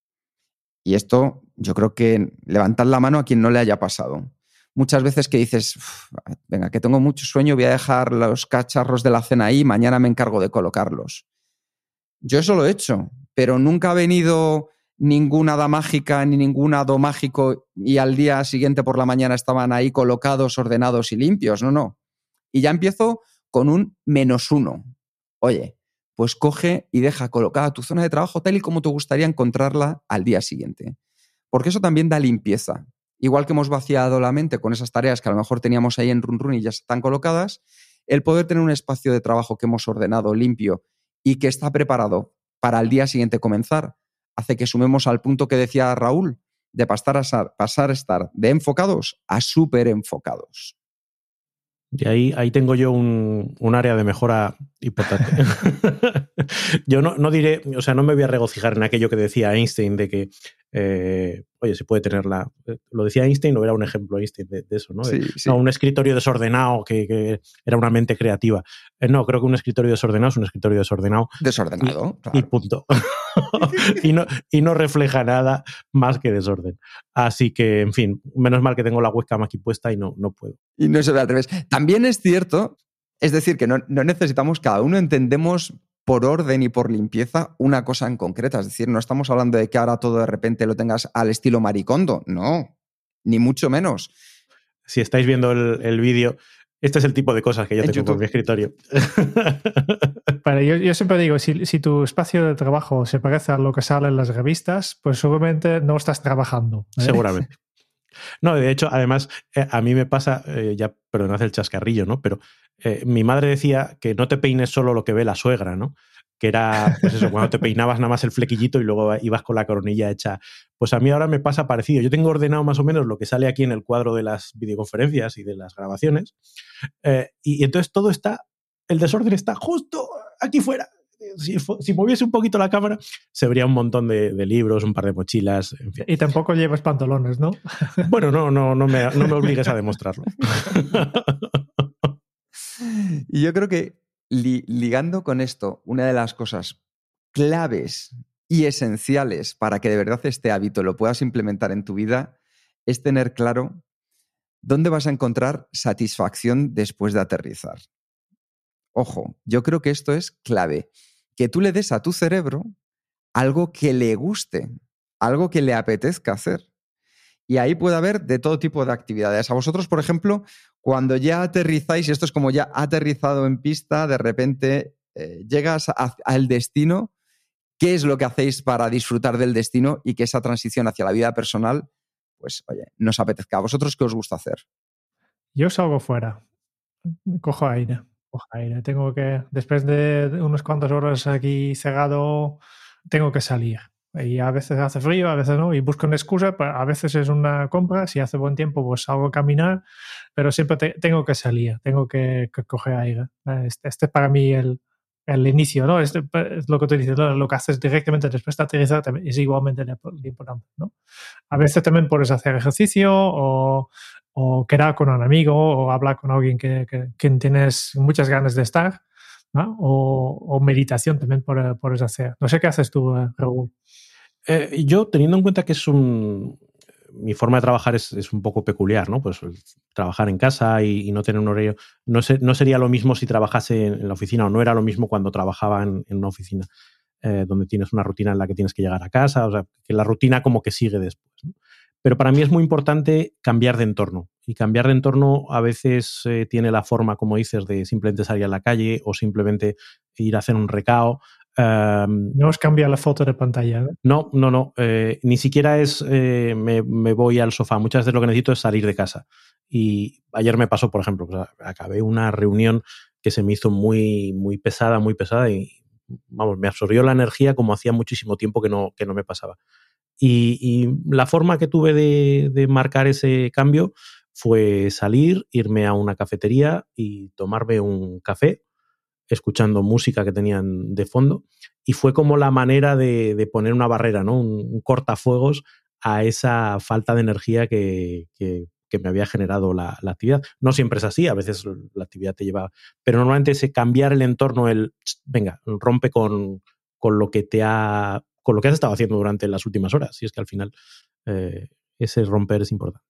Y esto yo creo que levantad la mano a quien no le haya pasado. Muchas veces que dices, venga, que tengo mucho sueño, voy a dejar los cacharros de la cena ahí, mañana me encargo de colocarlos. Yo eso lo he hecho, pero nunca ha venido ninguna hada mágica ni ningún hado mágico y al día siguiente por la mañana estaban ahí colocados, ordenados y limpios. No. Y ya empiezo con un -1. Oye, pues coge y deja colocada tu zona de trabajo tal y como te gustaría encontrarla al día siguiente. Porque eso también da limpieza. Igual que hemos vaciado la mente con esas tareas que a lo mejor teníamos ahí en run y ya están colocadas, el poder tener un espacio de trabajo que hemos ordenado, limpio y que está preparado para el día siguiente comenzar, hace que sumemos al punto que decía Raúl, de pasar a estar de enfocados a súper enfocados. Y ahí tengo yo un área de mejora importante. Yo no diré, o sea, no me voy a regocijar en aquello que decía Einstein de que oye, se puede tener lo decía Einstein, o era un ejemplo Einstein de eso, ¿no? Sí, sí. No, un escritorio desordenado que era una mente creativa. No, creo que un escritorio desordenado es un escritorio desordenado. Desordenado, y claro. punto. y no refleja nada más que desorden. Así que, en fin, menos mal que tengo la webcam aquí puesta y no puedo. Y no se ve al revés. También es cierto, es decir, que no necesitamos, cada uno entendemos por orden y por limpieza una cosa en concreta. Es decir, no estamos hablando de que ahora todo de repente lo tengas al estilo Maricondo. No, ni mucho menos. Si estáis viendo el vídeo, este es el tipo de cosas que yo tengo con mi escritorio. Pero yo siempre digo, si tu espacio de trabajo se parece a lo que sale en las revistas, pues seguramente no estás trabajando. Seguramente. No, de hecho, además, a mí me pasa, ya perdonad el chascarrillo, ¿no? Pero mi madre decía que no te peines solo lo que ve la suegra, ¿no? Que era, pues eso, cuando te peinabas nada más el flequillito y luego ibas con la coronilla hecha. Pues a mí ahora me pasa parecido. Yo tengo ordenado más o menos lo que sale aquí en el cuadro de las videoconferencias y de las grabaciones. Y entonces todo está, el desorden está justo aquí fuera. Si moviese un poquito la cámara, se vería un montón de libros, un par de mochilas, en fin. Y tampoco llevas pantalones, ¿no? Bueno, no me obligues a demostrarlo. Y yo creo que ligando con esto, una de las cosas claves y esenciales para que de verdad este hábito lo puedas implementar en tu vida es tener claro dónde vas a encontrar satisfacción después de aterrizar. Ojo, yo creo que esto es clave. Que tú le des a tu cerebro algo que le guste, algo que le apetezca hacer. Y ahí puede haber de todo tipo de actividades. A vosotros, por ejemplo, cuando ya aterrizáis, y esto es como ya aterrizado en pista, de repente llegas al destino, ¿qué es lo que hacéis para disfrutar del destino y que esa transición hacia la vida personal, pues, oye, nos apetezca? ¿A vosotros qué os gusta hacer? Yo salgo fuera, cojo aire. Tengo que, después de unas cuantas horas aquí cegado, tengo que salir. Y a veces hace frío, a veces no, y busco una excusa. A veces es una compra, si hace buen tiempo, pues salgo a caminar, pero siempre tengo que salir, tengo que coger aire. Este es para mí el inicio, ¿no? Es lo que tú dices, ¿no? Lo que haces directamente después de aterrizar es igualmente importante, ¿no? A veces también puedes hacer ejercicio o quedar con un amigo o hablar con alguien que tienes muchas ganas de estar, ¿no? O meditación también puedes hacer. No sé qué haces tú, Raúl. Yo, teniendo en cuenta que mi forma de trabajar es un poco peculiar, ¿no? Pues trabajar en casa y no tener un horario. No sería lo mismo si trabajase en la oficina, o no era lo mismo cuando trabajaba en una oficina donde tienes una rutina en la que tienes que llegar a casa, o sea, que la rutina como que sigue después, ¿no? Pero para mí es muy importante cambiar de entorno. Y cambiar de entorno a veces tiene la forma, como dices, de simplemente salir a la calle o simplemente ir a hacer un recao. No os cambia la foto de pantalla, ¿no? No. Ni siquiera es me voy al sofá. Muchas veces lo que necesito es salir de casa. Y ayer me pasó, por ejemplo, pues acabé una reunión que se me hizo muy, muy pesada y, vamos, me absorbió la energía como hacía muchísimo tiempo que no me pasaba. Y la forma que tuve de marcar ese cambio fue salir, irme a una cafetería y tomarme un café, escuchando música que tenían de fondo, y fue como la manera de poner una barrera, ¿no? Un cortafuegos a esa falta de energía que me había generado la actividad. No siempre es así, a veces la actividad te lleva, pero normalmente ese cambiar el entorno, venga, rompe con lo que con lo que has estado haciendo durante las últimas horas, y es que al final ese romper es importante.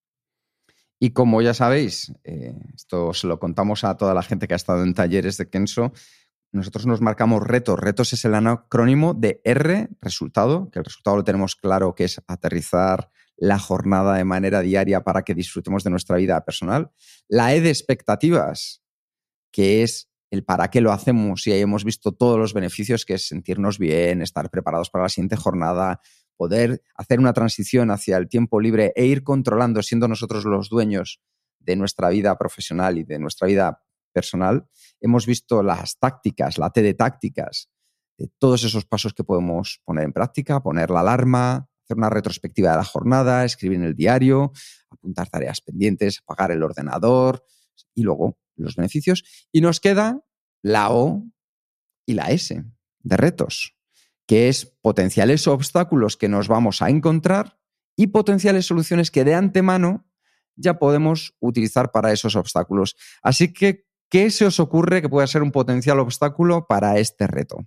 Y como ya sabéis, esto se lo contamos a toda la gente que ha estado en talleres de Kenso, nosotros nos marcamos retos. Retos es el acrónimo de R, resultado, que el resultado lo tenemos claro, que es aterrizar la jornada de manera diaria para que disfrutemos de nuestra vida personal. La E de expectativas, que es el para qué lo hacemos, y ahí hemos visto todos los beneficios, que es sentirnos bien, estar preparados para la siguiente jornada, poder hacer una transición hacia el tiempo libre e ir controlando, siendo nosotros los dueños de nuestra vida profesional y de nuestra vida personal. Hemos visto las tácticas, la T de tácticas, de todos esos pasos que podemos poner en práctica, poner la alarma, hacer una retrospectiva de la jornada, escribir en el diario, apuntar tareas pendientes, apagar el ordenador y luego los beneficios. Y nos queda la O y la S de retos, que es potenciales obstáculos que nos vamos a encontrar y potenciales soluciones que de antemano ya podemos utilizar para esos obstáculos. Así que, ¿qué se os ocurre que pueda ser un potencial obstáculo para este reto?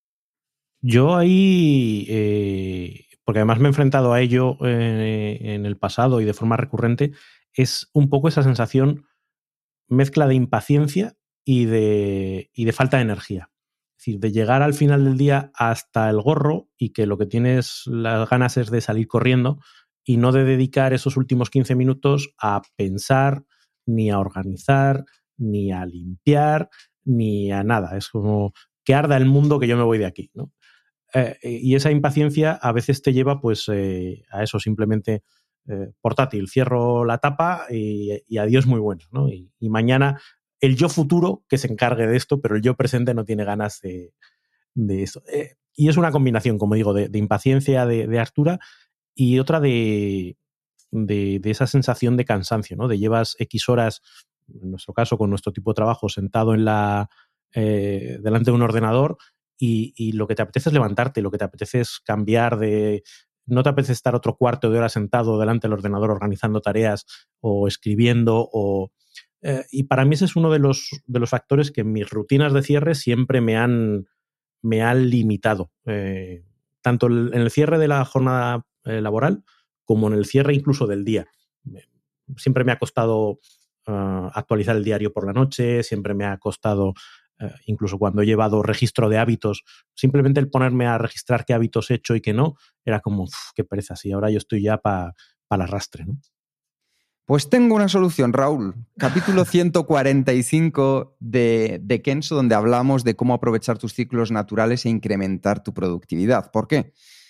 Yo ahí, porque además me he enfrentado a ello en el pasado y de forma recurrente, es un poco esa sensación mezcla de impaciencia y de falta de energía. Es decir, de llegar al final del día hasta el gorro y que lo que tienes las ganas es de salir corriendo y no de dedicar esos últimos 15 minutos a pensar, ni a organizar, ni a limpiar, ni a nada. Es como que arda el mundo que yo me voy de aquí, ¿no? Y esa impaciencia a veces te lleva pues a eso, simplemente portátil, cierro la tapa y adiós muy bueno, ¿no? Y mañana el yo futuro que se encargue de esto, pero el yo presente no tiene ganas de eso. Y es una combinación, como digo, de impaciencia de hartura y otra de esa sensación de cansancio, ¿no? De llevas X horas, en nuestro caso, con nuestro tipo de trabajo, sentado en delante de un ordenador y lo que te apetece es levantarte, lo que te apetece es cambiar no te apetece estar otro cuarto de hora sentado delante del ordenador organizando tareas o escribiendo y para mí ese es uno de los factores que en mis rutinas de cierre siempre me han limitado. Tanto en el cierre de la jornada laboral como en el cierre incluso del día. Siempre me ha costado actualizar el diario por la noche, siempre me ha costado, incluso cuando he llevado registro de hábitos, simplemente el ponerme a registrar qué hábitos he hecho y qué no, era como, qué pereza, y ahora yo estoy ya para el arrastre, ¿no? Pues tengo una solución, Raúl. Capítulo 145 de Kenso, donde hablamos de cómo aprovechar tus ciclos naturales e incrementar tu productividad. ¿Por qué?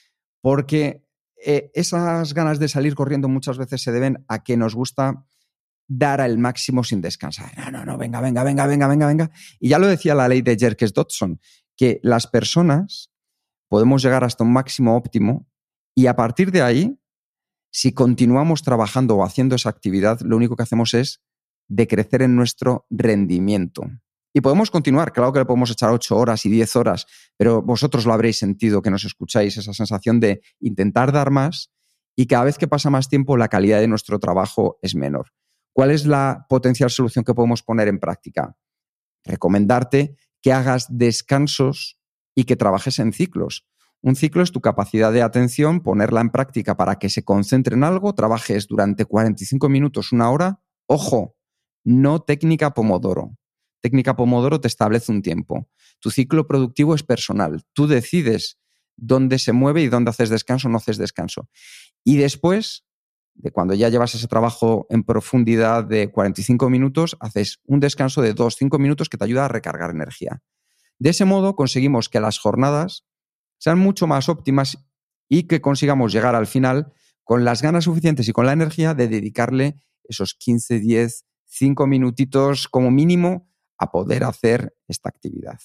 Porque esas ganas de salir corriendo muchas veces se deben a que nos gusta dar al máximo sin descansar. No, venga. Y ya lo decía la ley de Jerkes-Dodson, que las personas podemos llegar hasta un máximo óptimo y a partir de ahí, si continuamos trabajando o haciendo esa actividad, lo único que hacemos es decrecer en nuestro rendimiento. Y podemos continuar, claro que le podemos echar 8 horas y 10 horas, pero vosotros lo habréis sentido que nos escucháis, esa sensación de intentar dar más y cada vez que pasa más tiempo la calidad de nuestro trabajo es menor. ¿Cuál es la potencial solución que podemos poner en práctica? Recomendarte que hagas descansos y que trabajes en ciclos. Un ciclo es tu capacidad de atención, ponerla en práctica para que se concentre en algo, trabajes durante 45 minutos, 1 hora. Ojo, no técnica Pomodoro. Técnica Pomodoro te establece un tiempo. Tu ciclo productivo es personal. Tú decides dónde se mueve y dónde haces descanso o no haces descanso. Y después de cuando ya llevas ese trabajo en profundidad de 45 minutos, haces un descanso de 2-5 minutos que te ayuda a recargar energía. De ese modo conseguimos que las jornadas sean mucho más óptimas y que consigamos llegar al final con las ganas suficientes y con la energía de dedicarle esos 15, 10, 5 minutitos como mínimo a poder hacer esta actividad.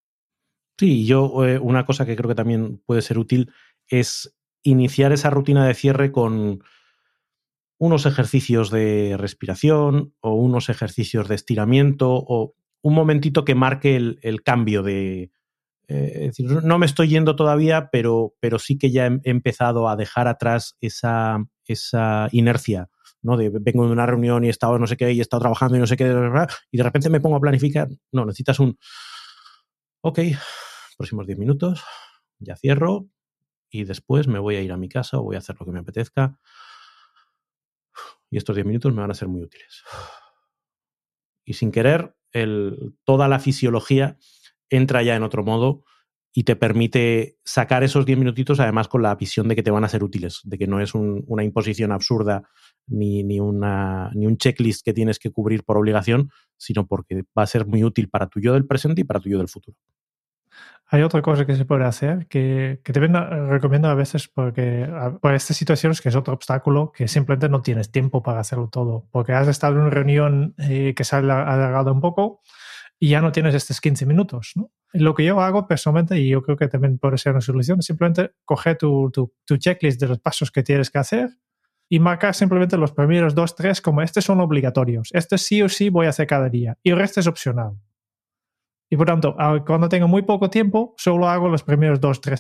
Sí, yo una cosa que creo que también puede ser útil es iniciar esa rutina de cierre con unos ejercicios de respiración o unos ejercicios de estiramiento o un momentito que marque el cambio de... es decir, no me estoy yendo todavía, pero sí que ya he empezado a dejar atrás esa inercia, ¿no? De vengo de una reunión y he estado no sé qué y he estado trabajando y no sé qué y de repente me pongo a planificar. No, necesitas ok, próximos 10 minutos, ya cierro y después me voy a ir a mi casa o voy a hacer lo que me apetezca y estos 10 minutos me van a ser muy útiles. Y sin querer, toda la fisiología entra ya en otro modo y te permite sacar esos 10 minutitos además con la visión de que te van a ser útiles, de que no es una imposición absurda ni un checklist que tienes que cubrir por obligación, sino porque va a ser muy útil para tu yo del presente y para tu yo del futuro. Hay otra cosa que se puede hacer que también recomiendo a veces porque por estas situaciones que es otro obstáculo que simplemente no tienes tiempo para hacerlo todo porque has estado en una reunión que se ha alargado un poco y ya no tienes estos 15 minutos, ¿no? Lo que yo hago personalmente, y yo creo que también puede ser una solución, es simplemente coger tu checklist de los pasos que tienes que hacer y marcar simplemente los primeros 2, 3 como estos son obligatorios. Estos sí o sí voy a hacer cada día y el resto es opcional. Y por tanto, cuando tengo muy poco tiempo, solo hago los primeros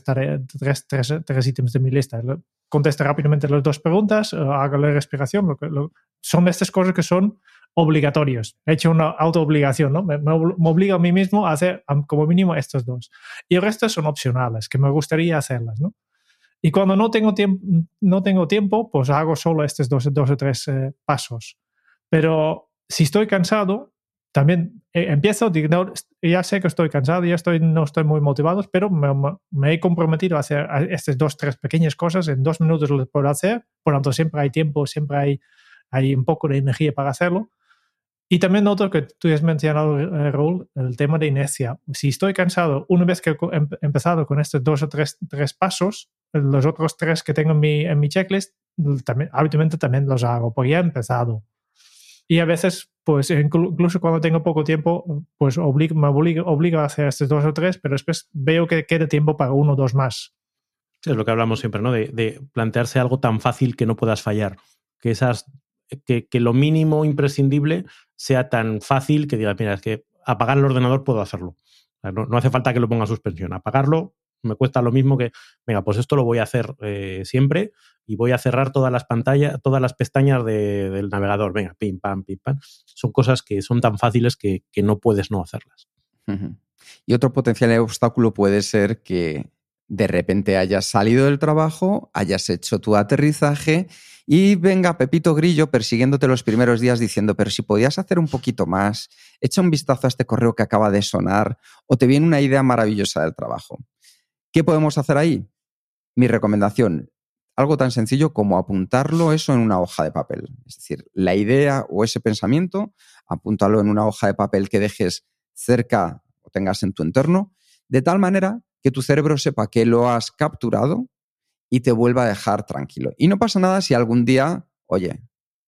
3 ítems de mi lista. Contesto rápidamente las 2 preguntas, hago la respiración. Son estas cosas que son obligatorias. He hecho una autoobligación, ¿no? Me obligo a mí mismo a hacer como mínimo estos 2. Y el resto son opcionales, que me gustaría hacerlas, ¿no? Y cuando no tengo tiempo, pues hago solo estos 2 o 3 pasos. Pero si estoy cansado, también empiezo, digo, no, ya sé que estoy cansado, no estoy muy motivado, pero me he comprometido a hacer estas 2 o 3 pequeñas cosas, en 2 minutos lo puedo hacer, por lo tanto siempre hay tiempo, siempre hay un poco de energía para hacerlo. Y también noto que tú has mencionado, Raúl, el tema de inercia. Si estoy cansado, una vez que he empezado con estos 2 o 3 pasos, los otros 3 que tengo en mi checklist, habitualmente también los hago, porque ya he empezado. Y a veces, pues incluso cuando tengo poco tiempo, pues me obligo a hacer estos 2 o 3, pero después veo que queda tiempo para 1 o 2 más. Sí, es lo que hablamos siempre, ¿no? De plantearse algo tan fácil que no puedas fallar. Que lo mínimo imprescindible sea tan fácil que digas, mira, es que apagar el ordenador puedo hacerlo. O sea, no hace falta que lo ponga a suspensión. Apagarlo me cuesta lo mismo que, venga, pues esto lo voy a hacer siempre y voy a cerrar todas las pantallas, todas las pestañas del navegador. Venga, pim, pam, pim, pam. Son cosas que son tan fáciles que no puedes no hacerlas. Uh-huh. Y otro potencial obstáculo puede ser que de repente hayas salido del trabajo, hayas hecho tu aterrizaje y venga Pepito Grillo persiguiéndote los primeros días diciendo, pero si podías hacer un poquito más, echa un vistazo a este correo que acaba de sonar o te viene una idea maravillosa del trabajo. ¿Qué podemos hacer ahí? Mi recomendación, algo tan sencillo como apuntarlo eso en una hoja de papel. Es decir, la idea o ese pensamiento, apúntalo en una hoja de papel que dejes cerca o tengas en tu entorno, de tal manera que tu cerebro sepa que lo has capturado y te vuelva a dejar tranquilo. Y no pasa nada si algún día, oye,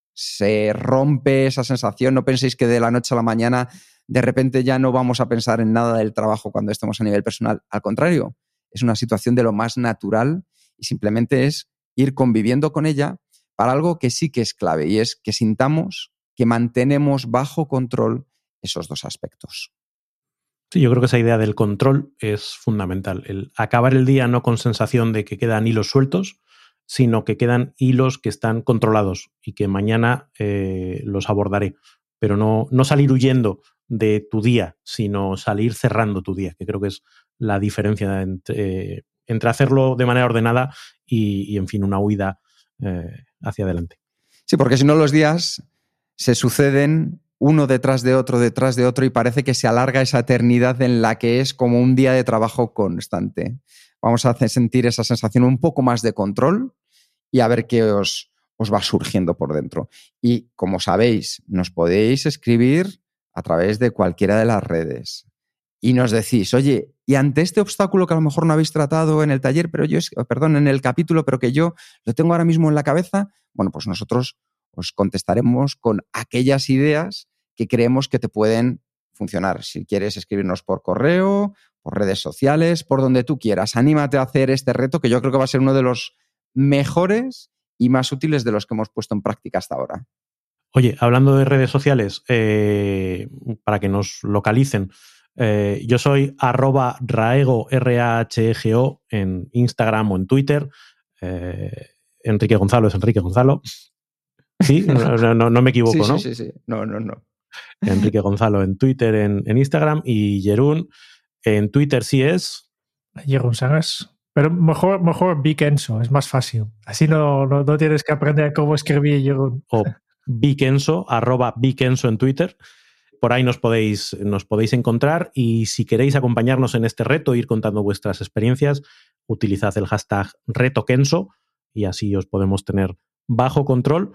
se rompe esa sensación, no penséis que de la noche a la mañana de repente ya no vamos a pensar en nada del trabajo cuando estemos a nivel personal. Al contrario, es una situación de lo más natural y simplemente es ir conviviendo con ella para algo que sí que es clave y es que sintamos que mantenemos bajo control esos 2 aspectos. Sí, yo creo que esa idea del control es fundamental. El acabar el día no con sensación de que quedan hilos sueltos, sino que quedan hilos que están controlados y que mañana los abordaré. Pero no salir huyendo de tu día, sino salir cerrando tu día, que creo que es la diferencia entre hacerlo de manera ordenada y en fin, una huida hacia adelante. Sí, porque si no los días se suceden uno detrás de otro y parece que se alarga esa eternidad en la que es como un día de trabajo constante. Vamos a hacer sentir esa sensación un poco más de control y a ver qué os va surgiendo por dentro. Y como sabéis, nos podéis escribir a través de cualquiera de las redes y nos decís, oye, y ante este obstáculo que a lo mejor no habéis tratado en el taller, en el capítulo, pero que yo lo tengo ahora mismo en la cabeza, bueno, pues nosotros os contestaremos con aquellas ideas que creemos que te pueden funcionar. Si quieres escribirnos por correo, por redes sociales, por donde tú quieras. Anímate a hacer este reto que yo creo que va a ser uno de los mejores y más útiles de los que hemos puesto en práctica hasta ahora. Oye, hablando de redes sociales, para que nos localicen, yo soy @Rahego, RAHEGO, en Instagram o en Twitter. Enrique Gonzalo es Enrique Gonzalo. Sí, no me equivoco, sí, ¿no? Sí. No. Enrique Gonzalo en Twitter, en Instagram, y Jerún en Twitter sí es... Jerún Sagas. Pero mejor Vikenso, es más fácil. Así no tienes que aprender cómo escribir Jerún. O Vikenso, @Vikenso en Twitter. Por ahí nos podéis encontrar y si queréis acompañarnos en este reto, ir contando vuestras experiencias, utilizad el hashtag RetoKenso y así os podemos tener bajo control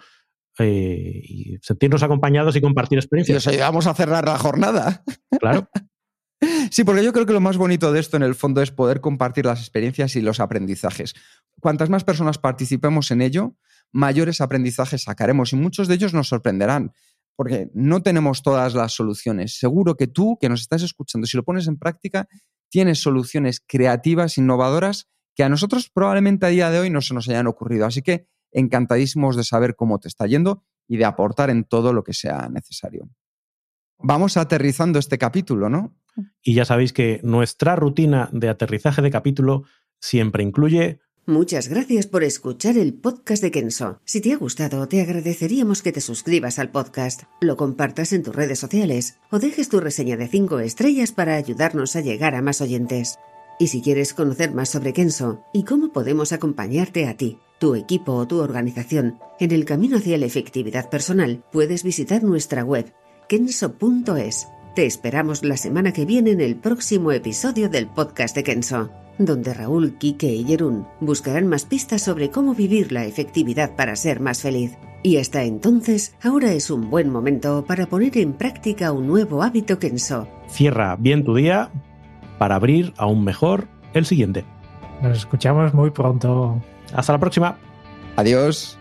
y sentirnos acompañados y compartir experiencias. Y os ayudamos a cerrar la jornada. Claro. Sí, porque yo creo que lo más bonito de esto en el fondo es poder compartir las experiencias y los aprendizajes. Cuantas más personas participemos en ello, mayores aprendizajes sacaremos y muchos de ellos nos sorprenderán. Porque no tenemos todas las soluciones. Seguro que tú, que nos estás escuchando, si lo pones en práctica, tienes soluciones creativas, innovadoras, que a nosotros probablemente a día de hoy no se nos hayan ocurrido. Así que encantadísimos de saber cómo te está yendo y de aportar en todo lo que sea necesario. Vamos aterrizando este capítulo, ¿no? Y ya sabéis que nuestra rutina de aterrizaje de capítulo siempre incluye... Muchas gracias por escuchar el podcast de Kenso. Si te ha gustado, te agradeceríamos que te suscribas al podcast, lo compartas en tus redes sociales o dejes tu reseña de 5 estrellas para ayudarnos a llegar a más oyentes. Y si quieres conocer más sobre Kenso y cómo podemos acompañarte a ti, tu equipo o tu organización en el camino hacia la efectividad personal, puedes visitar nuestra web kenso.es. Te esperamos la semana que viene en el próximo episodio del podcast de Kenso, donde Raúl, Quique y Jerún buscarán más pistas sobre cómo vivir la efectividad para ser más feliz. Y hasta entonces, ahora es un buen momento para poner en práctica un nuevo hábito Kenso. Cierra bien tu día para abrir aún mejor el siguiente. Nos escuchamos muy pronto. Hasta la próxima. Adiós.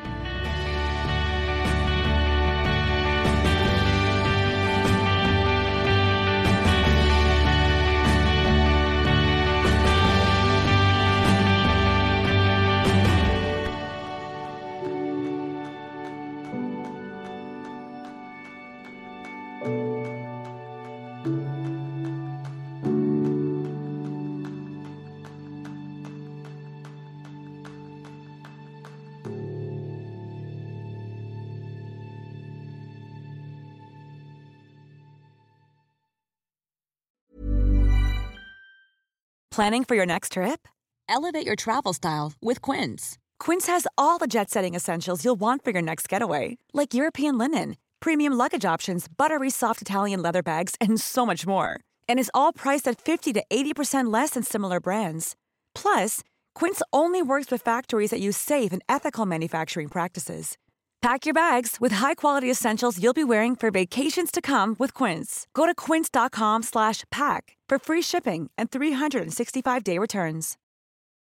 Planning for your next trip? Elevate your travel style with Quince. Quince has all the jet-setting essentials you'll want for your next getaway, like European linen, premium luggage options, buttery soft Italian leather bags, and so much more. And is all priced at 50 to 80% less than similar brands. Plus, Quince only works with factories that use safe and ethical manufacturing practices. Pack your bags with high-quality essentials you'll be wearing for vacations to come with Quince. Go to quince.com/pack for free shipping and 365-day returns.